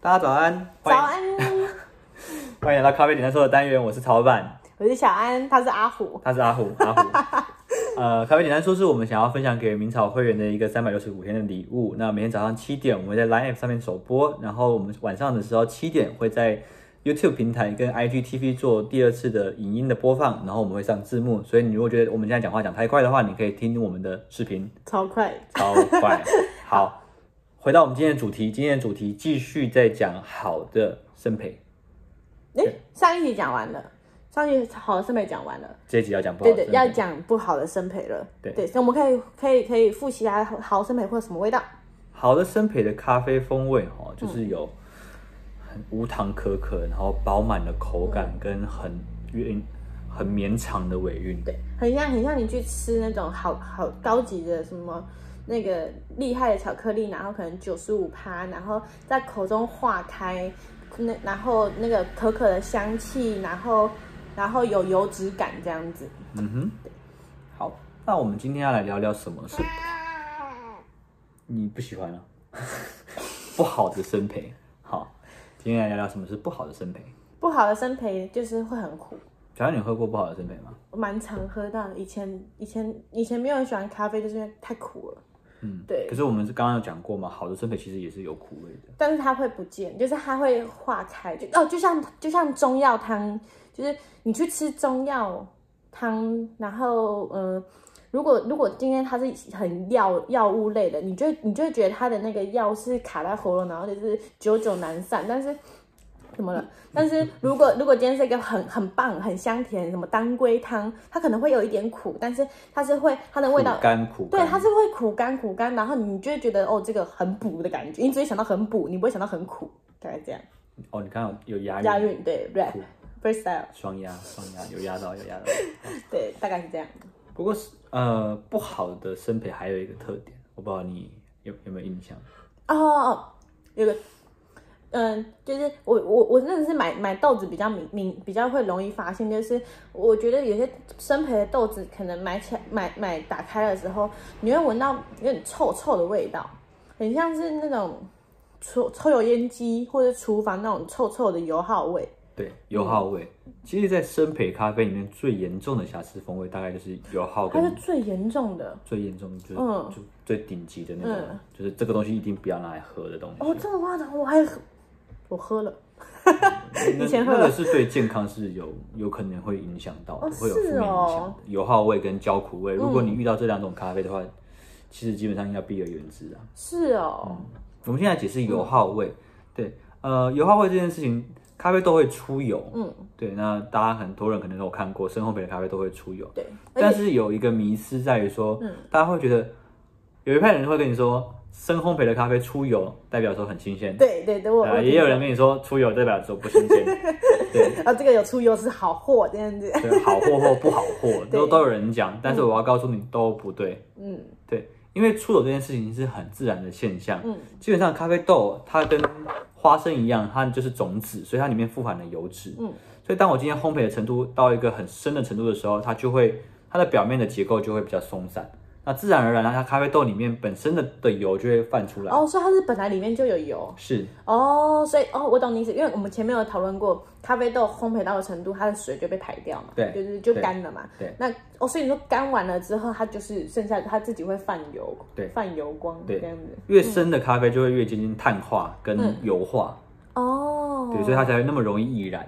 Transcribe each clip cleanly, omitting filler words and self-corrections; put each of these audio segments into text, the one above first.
大家早安， 早安， 欢迎来到咖啡简单说的单元，我是曹老板， 我是小安，他是阿虎， 他是阿虎。咖啡简单说是我们想要分享给明朝会员的一个365天的礼物。那每天早上7点，我们会在 Line App 上面首播，然后我们晚上的时候7点会在 YouTube 平台跟 IGTV 做第2次的影音的播放，然后我们会上字幕，所以你如果觉得我们现在讲话讲太快的话，你可以听我们的视频， 超快。 好，回到我们今天的主题，继续在讲好的生培。 上一集讲完了，上一集好的生培讲完了， 这一集要讲不好的生培， 对，要讲不好的生培了。对，所以我们可以复习一下好的生培会有什么味道。 好的生培的咖啡风味就是有很无糖可可，然后饱满的口感跟很绵长的尾韵。 对，很像你去吃那种好高级的什么那个厉害的巧克力，然后可能95%，然后在口中化开，然后那个可可的香气，然后有油脂感这样子。 好，那我们今天要来聊聊什么是你不喜欢不好的生培。好，今天来聊聊什么是不好的生培。 不好的生培就是会很苦。 小安，你喝过不好的生培吗？ 我蛮常喝到的，以前没有很喜欢咖啡，就是因为太苦了。对。 可是我们刚刚有讲过嘛，好的生培其实也是有苦味的， 但是它会不见，就是它会化开，就像中药汤，就是你去吃中药汤，然后如果今天它是很药物类的，你就会觉得它的那个药是卡在喉咙，然后就是久久难散，但是。怎么了？但是如果今天是一个很棒、很香甜什么当归汤，它可能会有一点苦，但是它的味道苦干， 对，它是会苦干，然后你就会觉得这个很补的感觉，你只会想到很补，你不会想到很苦，大概这样。 你看有押韵，对 ，rap freestyle 双押有押到。 对，大概是这样。 不过不好的生培还有一个特点，我不知道你有没有印象？ 有个。就是我真的是买豆子比较会容易发现，就是我觉得有些生培的豆子可能买打开的时候，你会闻到有点臭臭的味道，很像是那种抽油烟机或者厨房那种臭臭的油耗味。 对，油耗味。其实，在生培咖啡里面最严重的瑕疵风味，大概就是油耗跟。 它是最严重的， 就是就最顶级的那种，就是这个东西一定不要拿来喝的东西。 这么夸张，我喝了，以前喝了，那个是对健康是有可能会影响到的，会有负面影响的。油耗味跟焦苦味，如果你遇到这2种咖啡的话，其实基本上要避而远之啊。 是哦。 我们现在解释油耗味，对，油耗味这件事情，咖啡豆会出油，对，那大家很多人可能都有看过，深烘焙的咖啡都会出油， 对。 但是有一个迷思在于说，大家会觉得有一派人会跟你说。深烘焙的咖啡出油代表说很新鲜， 对， 也有人跟你说出油代表说不新鲜，对， 这个有出油是好货这样子， 对，好货或不好货都有人讲，但是我要告诉你都不对，对，因为出油这件事情是很自然的现象，基本上咖啡豆它跟花生一样，它就是种子，所以它里面富含了油脂，所以当我今天烘焙的程度到一个很深的程度的时候，它的表面的结构就会比较松散。那自然而然，它咖啡豆里面本身的油就会泛出来。 所以它是本来里面就有油。 是。 所以我懂你意思，因为我们前面有讨论过，咖啡豆烘焙到的程度，它的水就被排掉嘛， 对， 就干了嘛。 对。 那所以你说干完了之后，它就是剩下它自己会泛油， 对， 泛油光，这样子。 越深的咖啡就会越接近碳化跟油化。对，所以它才会那么容易易燃。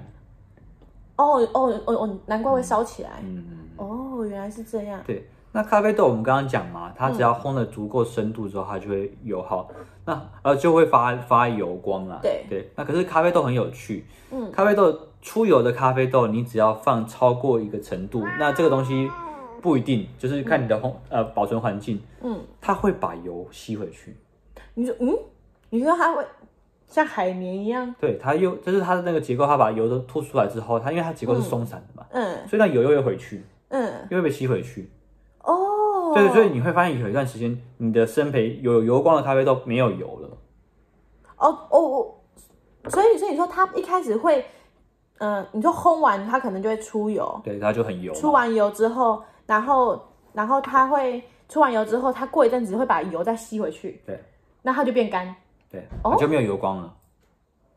难怪会烧起来。原来是这样。 对。那咖啡豆我们刚刚讲嘛，它只要烘的足够深度之后，它就会油耗，那就会发油光啦。对。那可是咖啡豆很有趣，咖啡豆出油的咖啡豆，你只要放超过一个程度，那这个东西不一定，就是看你的保存环境，它会把油吸回去。 你说它会像海绵一样？ 对，就是它的那个结构，它把油都吐出来之后，因为它结构是松散的嘛，所以那油又会回去，又会被吸回去。对，所以你会发现有一段时间，你的生培有油光的咖啡豆没有油了。 所以你说它一开始会，你说烘完它可能就会出油， 对，它就很油。 出完油之后，然后它会出完油之后，它过一阵子会把油再吸回去， 对， 那它就变干， 对，就没有油光了。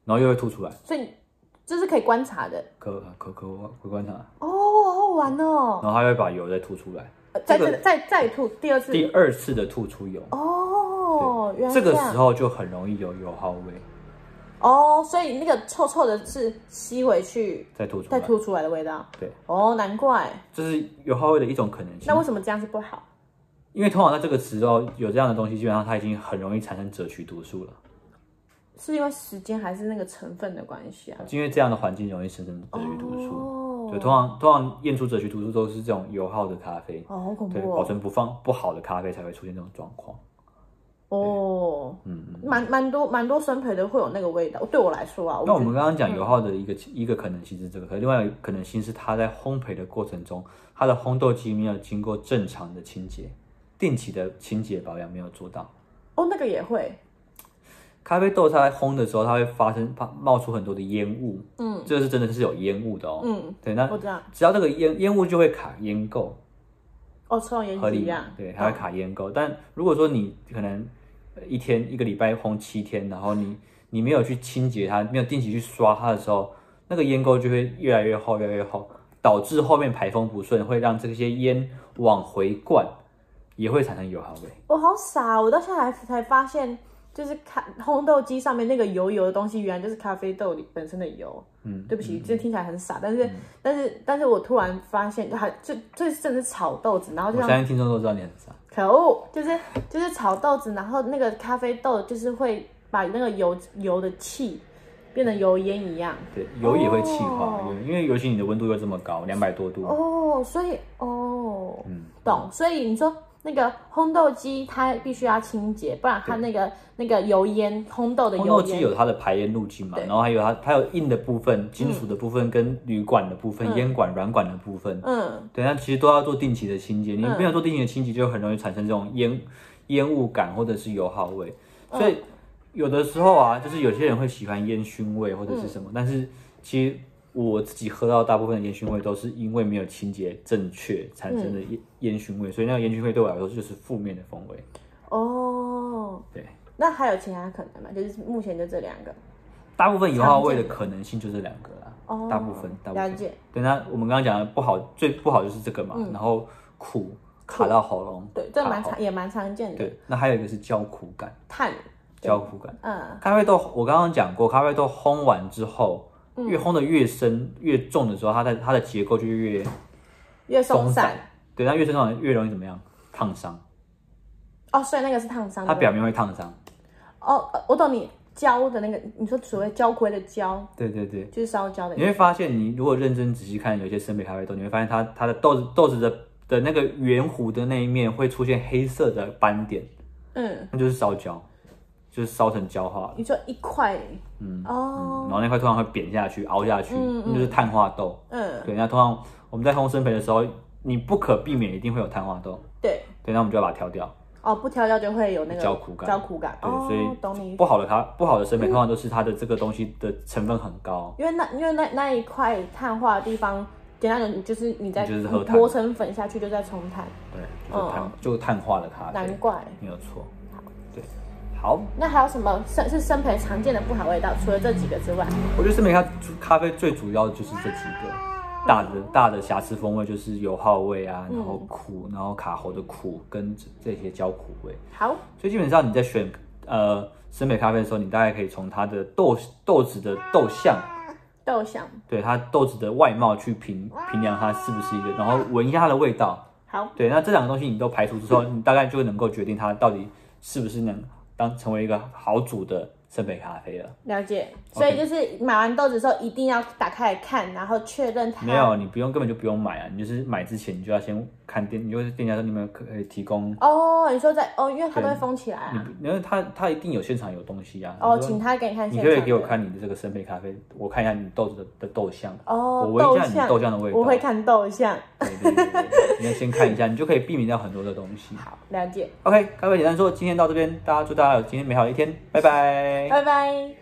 然后又会吐出来。 所以这是可以观察的， 可观察。 哦，好好玩哦。 然后它会把油再吐出来， 再吐第二次的吐出油。 哦，原来这个时候就很容易有油耗味。 哦，所以那个臭臭的是吸回去再吐出来的味道。 对。 哦，难怪。 这是油耗味的一种可能性。 那为什么这样是不好？ 因为通常在这个时候有这样的东西，基本上它已经很容易产生赭曲毒素了。 是因为时间还是那个成分的关系啊？ 因为这样的环境容易生成赭曲毒素。对，通常验出赭曲毒素都是这种油耗的咖啡。 哦，好恐怖。 对，保存不好的咖啡才会出现这种状况。 哦，蛮多生培的会有那个味道。对我来说啊， 那我们刚刚讲油耗的一个可能性是这个，可另外一个可能性是它在烘焙的过程中，它的烘豆机没有经过正常的清洁，定期的清洁保养没有做到。 哦，那个也会。 咖啡豆它在烘的时候，它会冒出很多的烟雾，这个是真的是有烟雾的哦。对，那只要这个烟雾就会卡烟垢。 哦，抽烟机一样。 对，它会卡烟垢。但如果说你可能一个礼拜烘7天，然后你没有去清洁它，没有定期去刷它的时候，那个烟垢就会越来越厚，越来越厚，导致后面排风不顺，会让这些烟往回灌，也会产生油耗味。 我好傻，我到现在才发现，就是烘豆机上面那个油的东西，原来就是咖啡豆里本身的油。对不起，这听起来很傻，但是我突然发现，这真的是炒豆子，然后就我相信听众都知道你很傻。 可恶，就是炒豆子，然后那个咖啡豆就是会把那个油的气变成油烟一样。 对，油也会气化，因为尤其你的温度又这么高，200多度。 哦，所以懂。所以你说那个烘豆机它必须要清洁，不然它那个油烟烘豆的油烟。 烘豆机有它的排烟路径嘛，然后还有它有硬的部分、金属的部分跟铝管的部分、烟管、软管的部分。对，那其实都要做定期的清洁。你没有做定期的清洁，就很容易产生这种烟雾感或者是油耗味。所以有的时候啊，就是有些人会喜欢烟熏味或者是什么，但是其实我自己喝到大部分的烟熏味都是因为没有清洁正确产生的烟熏味，所以那个烟熏味对我来说就是负面的风味。 哦， 对。 那还有其他可能吗？就是目前就这2个。 大部分油耗味的可能性就这2个啦。哦，大部分。 了解。 对，那我们刚刚讲的最不好就是这个嘛，然后苦卡到喉咙。 对，这也蛮常见的。 对，那还有一个是焦苦感。焦苦感。咖啡豆我刚刚讲过，咖啡豆烘完之后，越烘的越深越重的时候，它的结构就越松散。 对，它越松散越容易怎么样？烫伤。 哦，所以那个是烫伤。 它表面会烫伤。 哦，我懂你焦的那个，你说所谓焦灰的焦。 对， 就是烧焦的。 你会发现，你如果认真仔细看有些生培咖啡豆，你会发现它的豆子的那个圆弧的那一面会出现黑色的斑点。那就是烧焦。就是烧成焦化了。 你说一块， 然后那块通常会扁下去、凹下去，那就是碳化豆。对，那通常我们在烘生培的时候，你不可避免一定会有碳化豆。对，那我们就要把它挑掉。 哦，不挑掉就会有那个焦苦感。对，所以懂你不好的生培通常都是它的这个东西的成分很高。 因为那一块碳化的地方，简单的就是你在磨成粉下去就在冲碳。 对，就是碳化的咖啡。 难怪， 没有错。好， 那还有什么是生培常见的不好味道？除了这几个之外， 我觉得生培咖啡最主要的就是这几个大的瑕疵风味，就是油耗味啊，然后苦，然后卡喉的苦跟这些焦苦味。 好， 所以基本上你在选生培咖啡的时候，你大概可以从它的豆子的豆相，对它豆子的外貌去评量它是不是一个，然后闻一下它的味道。 好， 对，那这2个东西你都排除之后，你大概就能够决定它到底是不是能成为一个好煮的生培咖啡了。 了解，所以就是买完豆子之后一定要打开来看，然后确认它。 没有，你根本就不用买啊！你就是买之前你就要先看你就是店家说你们可以提供。 哦，你说因为它都会封起来啊。 因为它一定有现场有东西啊。 请他给你看现场。 你可以给我看你的这个生培咖啡，我看一下你豆子的豆相。 我闻一下你豆相的味道。 我会看豆相。 对，你要先看一下，你就可以避免掉很多的东西。 好，了解。 OK，咖啡简单说，今天到这边，祝大家有今天美好的一天，拜拜。 拜拜。